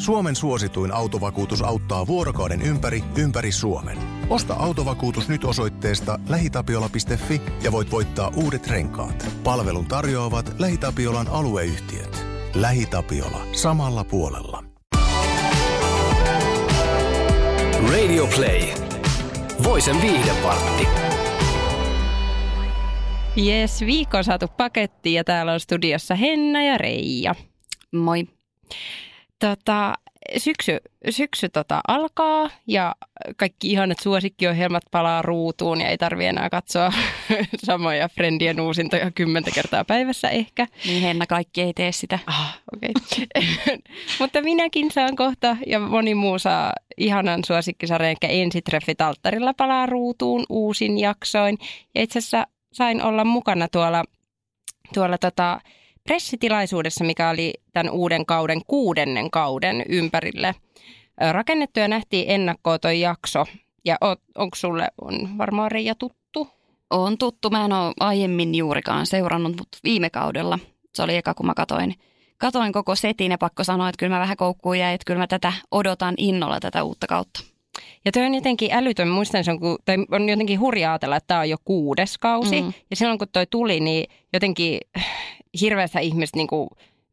Suomen suosituin autovakuutus auttaa vuorokauden ympäri Suomen. Osta autovakuutus nyt osoitteesta lähitapiola.fi ja voit voittaa uudet renkaat. Palvelun tarjoavat LähiTapiolan alueyhtiöt. LähiTapiola. Samalla puolella. Radio Play. Voisen viihdevartti. Jes, viikko on saatu pakettiin ja täällä on studiossa Henna ja Reija. Moi. Syksy alkaa ja kaikki ihanat suosikkiohjelmat palaa ruutuun ja ei tarvitse enää katsoa samoja Friendien uusintoja 10 kertaa päivässä ehkä. Niin Henna, kaikki ei tee sitä. Okei. Mutta minäkin saan kohta ja moni muu saa ihanan suosikkisarjan, eli Ensitreffit alttarilla palaa ruutuun uusin jaksoin. Ja itse asiassa sain olla mukana tuolla pressitilaisuudessa, mikä oli tämän uuden kauden 6. kauden ympärille rakennettu ja nähtiin ennakkoon toi jakso. Ja onko sulle on varmaan Reija tuttu? On tuttu. Mä en ole aiemmin juurikaan seurannut, mutta viime kaudella se oli eka, kun mä katoin koko setin ja pakko sanoa, että kyllä mä vähän koukkuun jäin, että kyllä mä tätä odotan innolla tätä uutta kautta. Ja toi on jotenkin älytön, muistan se on jotenkin hurjaa ajatella, että tämä on jo 6. kausi. Ja silloin kun toi tuli, niin jotenkin hirveästi ihmiset niinku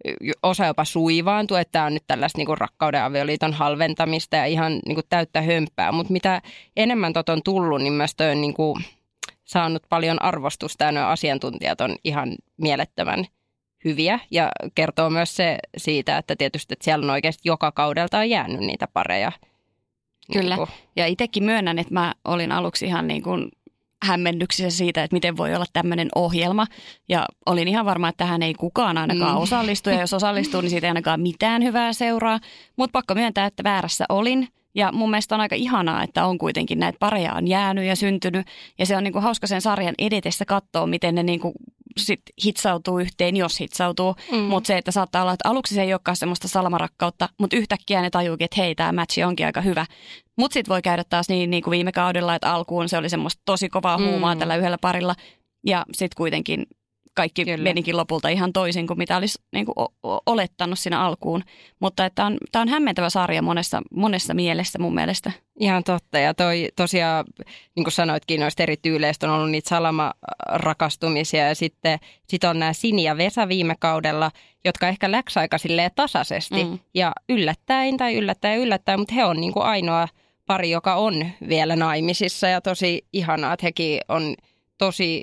osa jopa suivaantui, että tämä on nyt tällaista niinku rakkauden avioliiton halventamista ja ihan niinku täyttä hömppää. Mutta mitä enemmän on tullut, niin myös toi on niinku saanut paljon arvostusta ja nuo asiantuntijat on ihan mielettömän hyviä. Ja kertoo myös se siitä, että tietysti että siellä on oikeasti joka kaudelta on jäänyt niitä pareja. Kyllä. Ja itsekin myönnän, että mä olin aluksi ihan niin kuin hämmennyksissä siitä, että miten voi olla tämmöinen ohjelma. Ja olin ihan varma, että tähän ei kukaan ainakaan osallistu. Ja jos osallistuu, niin siitä ei ainakaan mitään hyvää seuraa. Mutta pakko myöntää, että väärässä olin. Ja mun mielestä on aika ihanaa, että on kuitenkin näitä pareja on jäänyt ja syntynyt. Ja se on niin kuin hauska sen sarjan edetessä katsoa, miten ne niin kuin sit hitsautuu yhteen, jos hitsautuu. Mutta se, että saattaa olla, että aluksi se ei olekaan semmoista salamarakkautta, mutta yhtäkkiä ne tajuukin, että hei, tämä matchi onkin aika hyvä. Mutta sitten voi käydä taas niin kuin viime kaudella, että alkuun se oli semmoista tosi kovaa huumaa tällä yhdellä parilla. Ja sitten kuitenkin kaikki menikin lopulta ihan toisin kuin mitä olisi niin kuin olettanut siinä alkuun. Mutta tämä on hämmentävä sarja monessa mielessä mun mielestä. Ihan totta. Ja tosiaan, niin kuin sanoitkin, noista eri tyyleistä on ollut niitä salamarakastumisia. Ja sitten on nämä Sini ja Vesa viime kaudella, jotka ehkä läksi aika silleen tasaisesti. Ja yllättäen, mutta he on niin kuin ainoa pari, joka on vielä naimisissa. Ja tosi ihanaa, että hekin on tosi...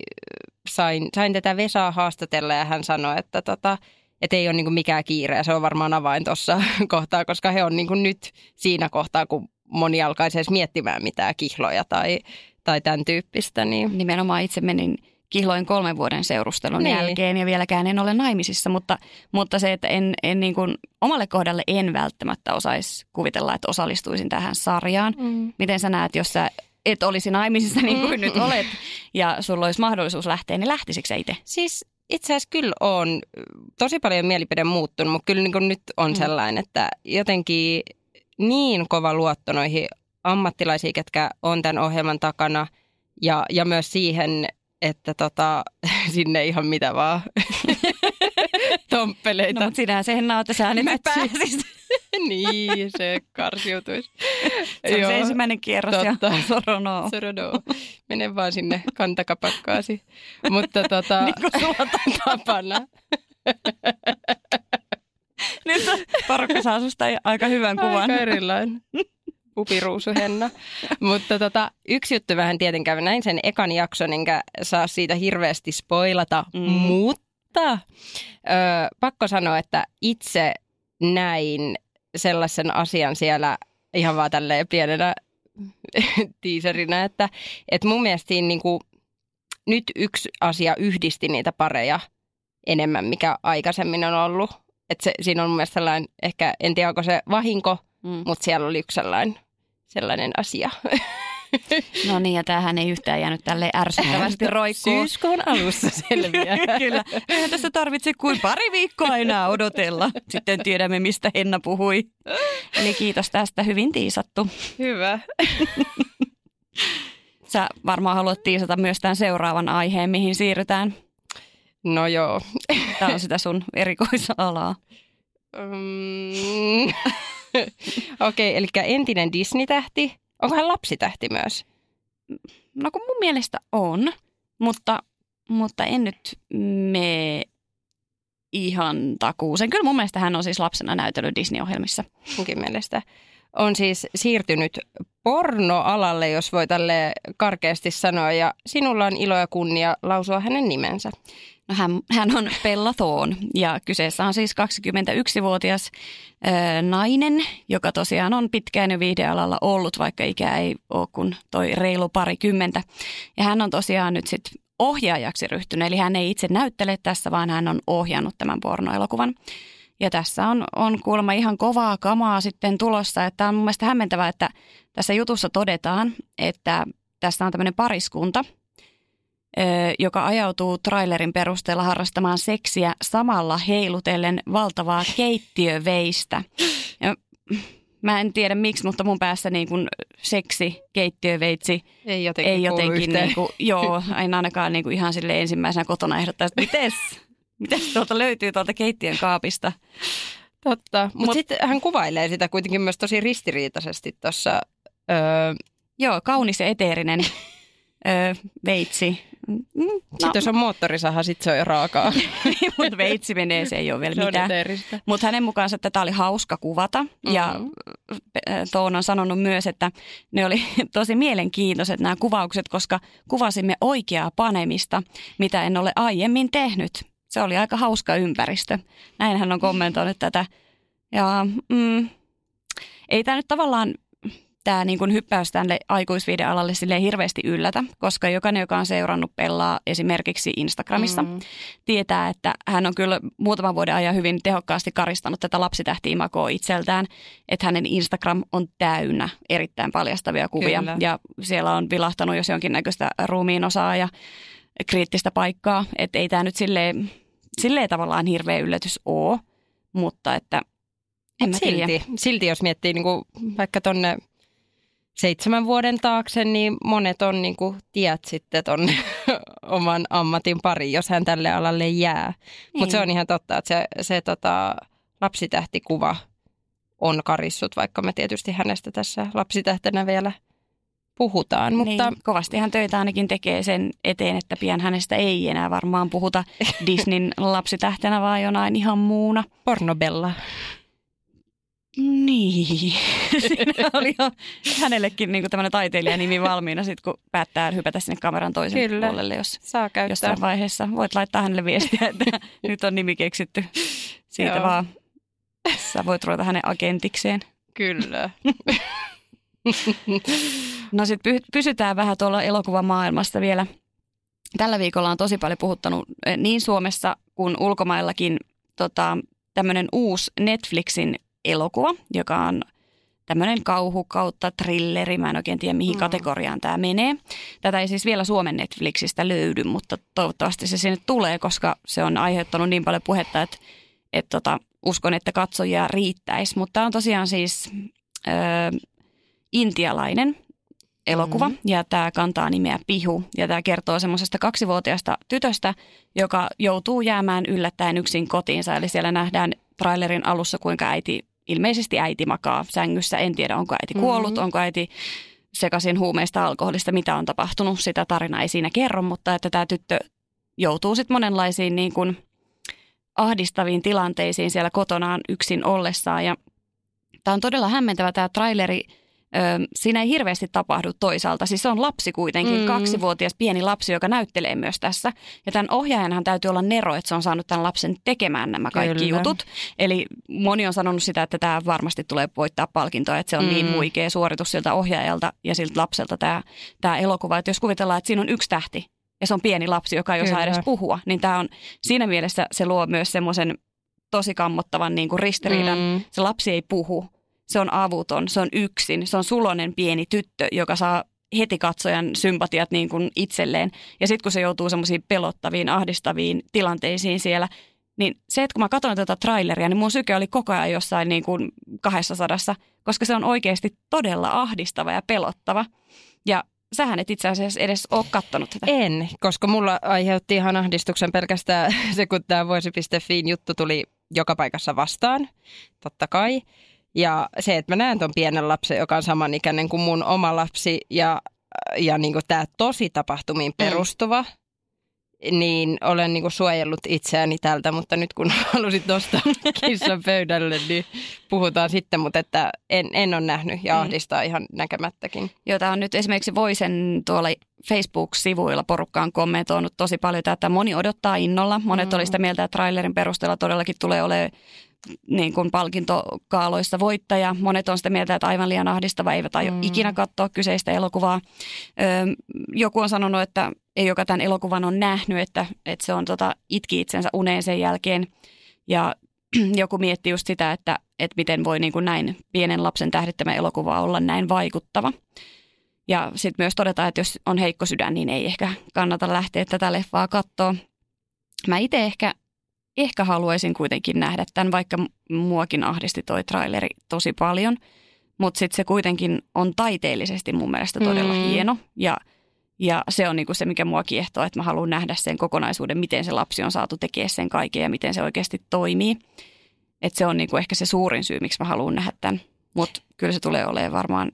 Sain tätä Vesaa haastatella ja hän sanoi, että ei ole niin kuin mikään kiire ja se on varmaan avain tuossa kohtaa, koska he on niin kuin nyt siinä kohtaa, kun moni alkaisi edes miettimään mitään kihloja tai tämän tyyppistä. Niin. Nimenomaan itse menin kihloin 3 vuoden seurustelun jälkeen ja vieläkään en ole naimisissa, mutta se, että en niin kuin, omalle kohdalle en välttämättä osaisi kuvitella, että osallistuisin tähän sarjaan. Miten sä näet, jos sä et olisi naimisissa niin kuin nyt olet ja sulla olisi mahdollisuus lähteä, niin lähtisikö sä itse? Siis itse asiassa kyllä on tosi paljon mielipide muuttunut, mutta kyllä niin kuin nyt on sellainen, että jotenkin niin kova luotto noihin ammattilaisiin, ketkä on tämän ohjelman takana ja myös siihen, että sinne ihan mitä vaan tomppeleita. No mutta sinähän se Henna, että sä nyt pääsisit. Niin, se karsiutuisi. Se on se ensimmäinen kierros ja soronoo. Mene vaan sinne kantakapakkaasi. Mutta niin kuin sulla on tapana. Nyt porukka saa susta aika hyvän kuvan. Aika erilainen. Pupiruusu Henna. Mutta yksi juttu vähän tietenkään, näin sen ekan jakson, enkä saa siitä hirveästi spoilata, mutta pakko sanoa, että itse näin sellaisen asian siellä ihan vaan tälleen pienenä tiiserinä, että mun mielestä siinä niinku, nyt yksi asia yhdisti niitä pareja enemmän, mikä aikaisemmin on ollut. Että siinä on mun mielestä sellainen, ehkä en tiedä onko se vahinko, mutta siellä oli yksi sellainen asia. No niin, ja tämähän ei yhtään jäänyt tälleen ärsyttävästi roikkuun. Syyskuun alussa selviää. Kyllä. Eihän tässä tarvitse kuin pari viikkoa enää odotella. Sitten tiedämme, mistä Henna puhui. Eli kiitos tästä, hyvin tiisattu. Hyvä. Sä varmaan haluat tiisata myös tämän seuraavan aiheen, mihin siirrytään. No joo. Tämä on sitä sun erikoisalaa. Okei, eli entinen Disney-tähti. Onko hän lapsitähti myös? No kun mun mielestä on, mutta en nyt mene ihan takuuseen. Kyllä mun mielestä hän on siis lapsena näytellyt Disney-ohjelmissa. Munkin mielestä. On siis siirtynyt pornoalalle, jos voi tälle karkeasti sanoa, ja sinulla on ilo ja kunnia lausua hänen nimensä. No hän on Bella Thorne ja kyseessä on siis 21-vuotias nainen, joka tosiaan on pitkään jo viihdealalla ollut, vaikka ikä ei ole kuin toi reilu parikymmentä. Ja hän on tosiaan nyt sitten ohjaajaksi ryhtynyt, eli hän ei itse näyttele tässä, vaan hän on ohjannut tämän pornoelokuvan. Ja tässä on kuulemma ihan kovaa kamaa sitten tulossa, että on mun mielestä hämmentävää, että tässä jutussa todetaan, että tässä on tämmöinen pariskunta, joka ajautuu trailerin perusteella harrastamaan seksiä samalla heilutellen valtavaa keittiöveistä. Ja mä en tiedä miksi, mutta mun päässä niin kuin seksi, keittiöveitsi ei jotenkin niin kuin, joo, ainakaan niin kuin ihan sille ensimmäisenä kotona ehdottaa, että mites tuolta löytyy tuolta keittiön kaapista. Totta, mutta sitten hän kuvailee sitä kuitenkin myös tosi ristiriitaisesti tuossa. Joo, kaunis ja eteerinen veitsi. Sitten jos on moottorisaha, sitten se on jo raakaa. Mutta veitsi menee, se ei ole vielä mitään. Mutta hänen mukaansa tätä oli hauska kuvata. Ja Toon on sanonut myös, että ne oli tosi mielenkiintoiset nämä kuvaukset, koska kuvasimme oikeaa panemista, mitä en ole aiemmin tehnyt. Se oli aika hauska ympäristö. Näin hän on kommentoinut tätä. Ja ei tämä nyt tavallaan tämä niin kuin hyppäys tänne aikuisviihdealalle silleen hirveästi yllätä, koska jokainen, joka on seurannut Bellaa esimerkiksi Instagramissa, tietää, että hän on kyllä muutaman vuoden ajan hyvin tehokkaasti karistanut tätä lapsitähti-imagoa itseltään, että hänen Instagram on täynnä erittäin paljastavia kuvia. Kyllä. Ja siellä on vilahtanut jos jonkinnäköistä ruumiinosaa ja kriittistä paikkaa, että ei tämä nyt silleen tavallaan hirveä yllätys ole, mutta että en mä tiedä. Silti jos miettii niin kuin vaikka tonne 7 vuoden taakse, niin monet on niin kuin tiet sitten ton oman ammatin pari, jos hän tälle alalle jää. Mutta se on ihan totta, että se lapsitähtikuva on karissut, vaikka me tietysti hänestä tässä lapsitähtenä vielä puhutaan. Mutta niin, kovastihan töitä ainakin tekee sen eteen, että pian hänestä ei enää varmaan puhuta Disneyn lapsitähtenä, vaan jonain ihan muuna. Pornobella. Niin, siinä oli jo hänellekin niin tämmöinen taiteilijanimi valmiina, sit kun päättää hypätä sinne kameran toisen puolelle, jos saa käyttää. Jossain vaiheessa voit laittaa hänelle viestiä, että nyt on nimi keksitty. Siitä vaan sä voit ruveta hänen agentikseen. Kyllä. No sitten pysytään vähän tuolla elokuvamaailmassa vielä. Tällä viikolla on tosi paljon puhuttanut niin Suomessa kuin ulkomaillakin tämmöinen uusi Netflixin elokuva, joka on tämmöinen kauhu kautta thrilleri. Mä en oikein tiedä, mihin kategoriaan tämä menee. Tätä ei siis vielä Suomen Netflixistä löydy, mutta toivottavasti se sinne tulee, koska se on aiheuttanut niin paljon puhetta, että uskon, että katsojia riittäisi. Mutta tämä on tosiaan siis intialainen elokuva ja tämä kantaa nimeä Pihu. Ja tämä kertoo semmoisesta 2-vuotiaasta tytöstä, joka joutuu jäämään yllättäen yksin kotiinsa. Eli siellä nähdään trailerin alussa, kuinka ilmeisesti äiti makaa sängyssä. En tiedä, onko äiti kuollut, onko äiti sekaisin huumeista, alkoholista, mitä on tapahtunut. Sitä tarinaa ei siinä kerro, mutta että tämä tyttö joutuu sitten monenlaisiin niin kuin ahdistaviin tilanteisiin siellä kotonaan yksin ollessaan. Ja tämä on todella hämmentävä tämä traileri. Siinä ei hirveästi tapahdu toisaalta. Siis se on lapsi kuitenkin, 2-vuotias pieni lapsi, joka näyttelee myös tässä. Ja tämän ohjaajanhan täytyy olla nero, että se on saanut tämän lapsen tekemään nämä kaikki jutut. Eli moni on sanonut sitä, että tämä varmasti tulee voittaa palkintoa, että se on niin huikea suoritus siltä ohjaajalta ja siltä lapselta tämä elokuva. Että jos kuvitellaan, että siinä on yksi tähti ja se on pieni lapsi, joka ei osaa edes puhua, niin tämä on siinä mielessä se luo myös semmoisen tosi kammottavan niin kuin ristiriidan. Se lapsi ei puhu. Se on avuton, se on yksin, se on suloinen pieni tyttö, joka saa heti katsojan sympatiat niin kuin itselleen. Ja sitten kun se joutuu semmoisiin pelottaviin, ahdistaviin tilanteisiin siellä, niin se, että kun mä katson tätä traileria, niin mun syke oli koko ajan jossain niin kuin 200, koska se on oikeasti todella ahdistava ja pelottava. Ja sähän et itse asiassa edes ole kattonut tätä. En, koska mulla aiheutti ihan ahdistuksen pelkästään se, kun tämä Voisi.fiin juttu tuli joka paikassa vastaan, totta kai. Ja se, että mä näen ton pienen lapsen, joka on samanikäinen kuin mun oma lapsi ja niin kuin tää tosi tapahtumiin perustuva, niin olen niin kuin suojellut itseäni tältä, mutta nyt kun halusit nostaa kissan pöydälle, niin puhutaan sitten, mutta että en ole nähnyt ja ahdistaa ihan näkemättäkin. Jota on nyt esimerkiksi Voisen tuolla Facebook-sivuilla porukkaan kommentoinut tosi paljon, että moni odottaa innolla. Monet oli sitä mieltä, että trailerin perusteella todellakin tulee olemaan niin kuin palkintokaaloissa voittaja. Monet on sitä mieltä, että aivan liian ahdistava, eivät aio ikinä katsoa kyseistä elokuvaa. Joku on sanonut, että ei joka tämän elokuvan on nähnyt, että se on itki itsensä uneen sen jälkeen. Ja joku mietti just sitä, että miten voi niin kuin näin pienen lapsen tähdittämä elokuva olla näin vaikuttava. Ja sitten myös todetaan, että jos on heikko sydän, niin ei ehkä kannata lähteä tätä leffaa katsoa. Mä itse ehkä haluaisin kuitenkin nähdä tämän, vaikka muakin ahdisti toi traileri tosi paljon. Mutta sitten se kuitenkin on taiteellisesti mun mielestä todella hieno. Ja se on niinku se, mikä mua kiehtoo, että mä haluan nähdä sen kokonaisuuden, miten se lapsi on saatu tekemään sen kaiken ja miten se oikeasti toimii. Että se on niinku ehkä se suurin syy, miksi mä haluan nähdä tämän. Mutta kyllä se tulee olemaan varmaan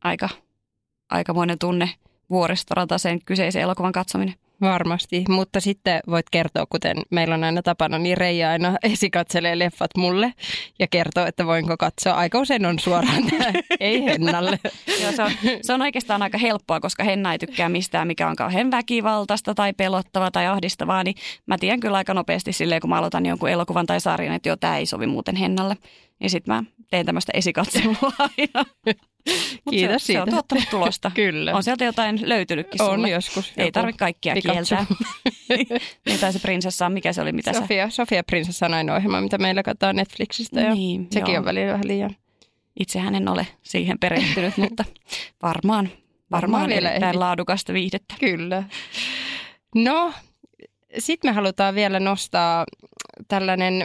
aikamoinen tunne vuoristorata sen kyseisen elokuvan katsominen. Varmasti, mutta sitten voit kertoa, kuten meillä on aina tapana, niin Reija aina esikatselee leffat mulle ja kertoo, että voinko katsoa. Aika usein on suoraan tämä, ei Hennalle. Joo, se on oikeastaan aika helppoa, koska Henna ei tykkää mistään, mikä on kauhean väkivaltaista tai pelottavaa tai ahdistavaa, niin mä tiedän kyllä aika nopeasti silleen, kun mä aloitan jonkun elokuvan tai sarjan, että joo, tämä ei sovi muuten Hennalle. Ja sitten mä teen tämmöistä esikatselua aina. Kiitos siitä. Se on tuottanut tulosta. Kyllä. On sieltä jotain löytynytkin sulle. On joskus. Ei tarvitse kaikkia kieltää. Niin tai se prinsessa, mikä se oli, mitä Sofia prinsessa on ainoa ohjelma, mitä meillä katsotaan Netflixistä. Ja niin, sekin on välillä vähän liian. Itsehän en ole siihen perehtynyt, mutta varmaan vielä erittäin laadukasta viihdettä. Kyllä. No, sitten me halutaan vielä nostaa tällainen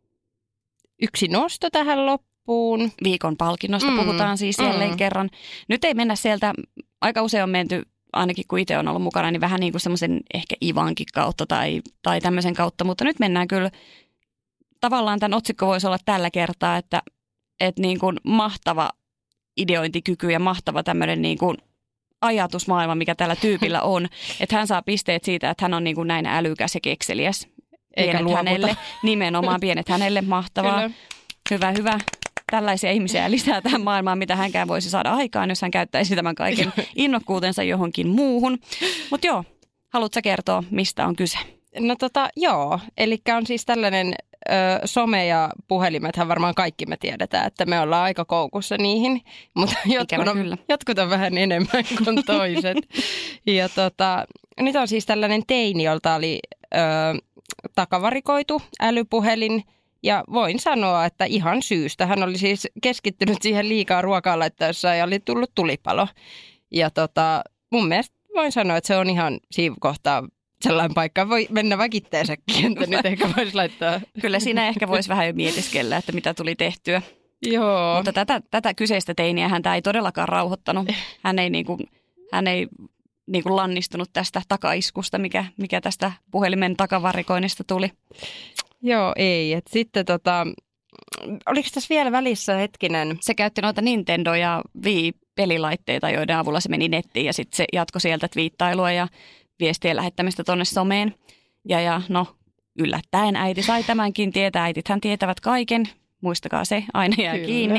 yksi nosto tähän loppuun. Viikon palkinnosta puhutaan siis jälleen kerran. Nyt ei mennä sieltä, aika usein on menty, ainakin kun itse on ollut mukana, niin vähän niin kuin semmoisen ehkä Ivankin kautta tai tämmöisen kautta. Mutta nyt mennään kyllä, tavallaan tämän otsikko voisi olla tällä kertaa, että niin kuin mahtava ideointikyky ja mahtava tämmöinen niin kuin ajatusmaailma, mikä tällä tyypillä on. Että hän saa pisteet siitä, että hän on niin kuin näin älykäs ja kekseliäs. Pienet hänelle, nimenomaan pienet hänelle, mahtavaa. Kyllä. Hyvä. Tällaisia ihmisiä lisää tähän maailmaan, mitä hänkään voisi saada aikaan, jos hän käyttäisi tämän kaiken innokkuutensa johonkin muuhun. Mutta joo, haluatko kertoa, mistä on kyse? No joo, eli on siis tällainen some ja puhelimethan varmaan kaikki me tiedetään, että me ollaan aika koukussa niihin, mutta jotkut on vähän enemmän kuin toiset. Ja nyt on siis tällainen teini, jolta oli takavarikoitu älypuhelin. Ja voin sanoa, että ihan syystä. Hän oli siis keskittynyt siihen liikaa ruokaa laittaessa ja oli tullut tulipalo. Ja mun mielestä voin sanoa, että se on ihan siinä kohtaa sellainen paikka. Voi mennä väkitteensäkin, että nyt ehkä voisi laittaa. Kyllä siinä ehkä voisi vähän jo mietiskellä, että mitä tuli tehtyä. Joo. Mutta tätä kyseistä teiniä häntä ei todellakaan rauhoittanut. Hän ei lannistunut tästä takaiskusta, mikä tästä puhelimen takavarikoinnista tuli. Joo, ei. Et sitten oliko tässä vielä välissä hetkinen? Se käytti noita Nintendo ja Wii-pelilaitteita, joiden avulla se meni nettiin ja sitten se jatkoi sieltä twiittailua ja viestien lähettämistä tonne someen. Ja no, yllättäen äiti sai tämänkin tietää. Äitithän tietävät kaiken. Muistakaa se, aina jää kiinni.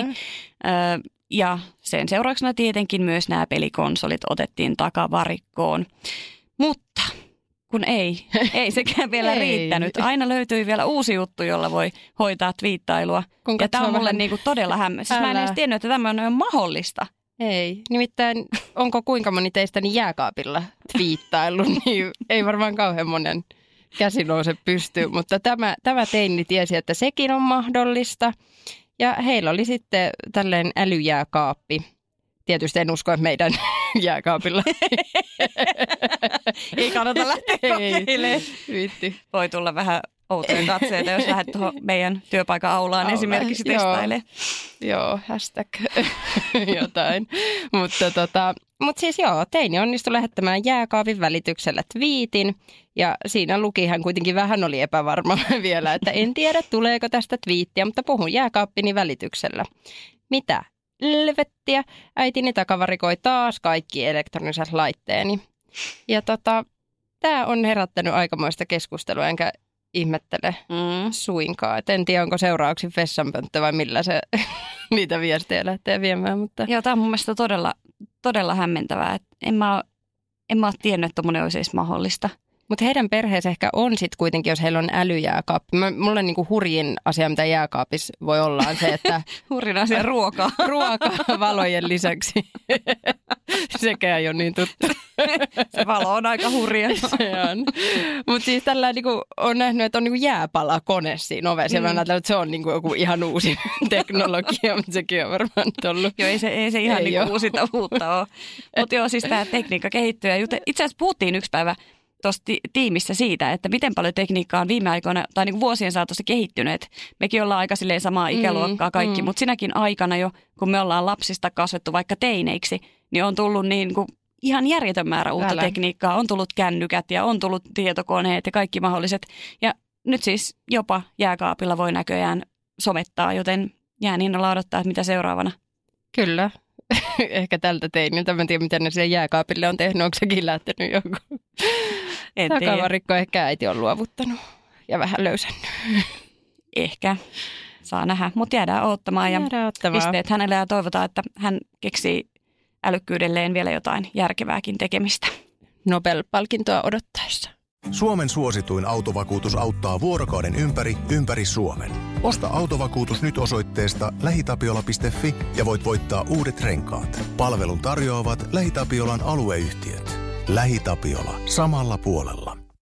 Ja sen seurauksena tietenkin myös nämä pelikonsolit otettiin takavarikkoon. Mutta kun ei sekään vielä riittänyt. Aina löytyi vielä uusi juttu, jolla voi hoitaa twiittailua. Ja tämä on mulle niinku todella siis mä en edes tiennyt, että tämä on mahdollista. Ei. Nimittäin onko kuinka moni teistäni jääkaapilla twiittaillut, niin ei varmaan kauhean monen käsi nouse pystyyn. Mutta tämä teini tiesi, että sekin on mahdollista. Ja heillä oli sitten tällainen älyjääkaappi. Tietysti en usko, että meidän jääkaapilla. Ei kannata lähteä kokeilemaan. Viitti. Voi tulla vähän outoja katseita, jos lähdet tuohon meidän työpaikan aulaan esimerkiksi testailemaan. Joo, hashtag jotain. Mutta siis teini onnistui lähettämään jääkaapin välityksellä twiitin. Ja siinä luki, hän kuitenkin vähän oli epävarma vielä, että en tiedä tuleeko tästä twiittiä, mutta puhun jääkaappini välityksellä. mitä helvettiä. Äitini takavarikoi taas kaikki elektroniset laitteeni. Ja tämä on herättänyt aikamoista keskustelua, enkä ihmettele suinkaan. Et en tiedä, onko seuraavaksi vessanpönttö vai millä se niitä viestejä lähtee viemään. Mutta. Joo, tämä on mun mielestä todella hämmentävää. Et en mä ole tiennyt, että tommoinen olisi edes mahdollista. Mutta heidän perheessä ehkä on sitten kuitenkin, jos heillä on älyjääkaappi. Mulle niinku hurjin asia, mitä jääkaapissa voi olla, on se, että hurjin asia ruokaa. Ruokaa valojen lisäksi. Sekään ei ole niin tuttu. Se valo on aika hurja. Se on. Mutta siis tällä niinku, on nähnyt, että on niinku jääpalakone siinä ovessa. Ja mä ajattelen, että se on niinku joku ihan uusi teknologia, mutta sekin on varmaan ollut. Joo, ei se ihan niinku uusinta uutta ole. Mutta joo, siis tämä tekniikka kehittyy. Itse asiassa puhuttiin yksi päivä tuossa tiimissä siitä, että miten paljon tekniikkaa on viime aikoina tai niin kuin vuosien saatossa kehittynyt. Mekin ollaan aika silleen samaa ikäluokkaa kaikki, mutta sinäkin aikana jo, kun me ollaan lapsista kasvettu vaikka teineiksi, niin on tullut niin kuin ihan järjetön määrä uutta tekniikkaa. On tullut kännykät ja on tullut tietokoneet ja kaikki mahdolliset. Ja nyt siis jopa jääkaapilla voi näköjään somettaa, joten jään innolla odottaa, että mitä seuraavana. Kyllä. Ehkä tältä teiniltä. Mä en tiedä, mitä ne siellä jääkaapille on tehnyt. Onko sekin lähtenyt joku takavarikko? Ehkä äiti on luovuttanut ja vähän löysännyt. Ehkä. Saa nähdä. Mutta jäädään odottamaan ja pisteet hänelle ja toivotaan, että hän keksii älykkyydelleen vielä jotain järkevääkin tekemistä. Nobel-palkintoa odottaessa. Suomen suosituin autovakuutus auttaa vuorokauden ympäri Suomen. Osta autovakuutus nyt osoitteesta lähitapiola.fi ja voit voittaa uudet renkaat. Palvelun tarjoavat LähiTapiolan alueyhtiöt. LähiTapiola. Samalla puolella.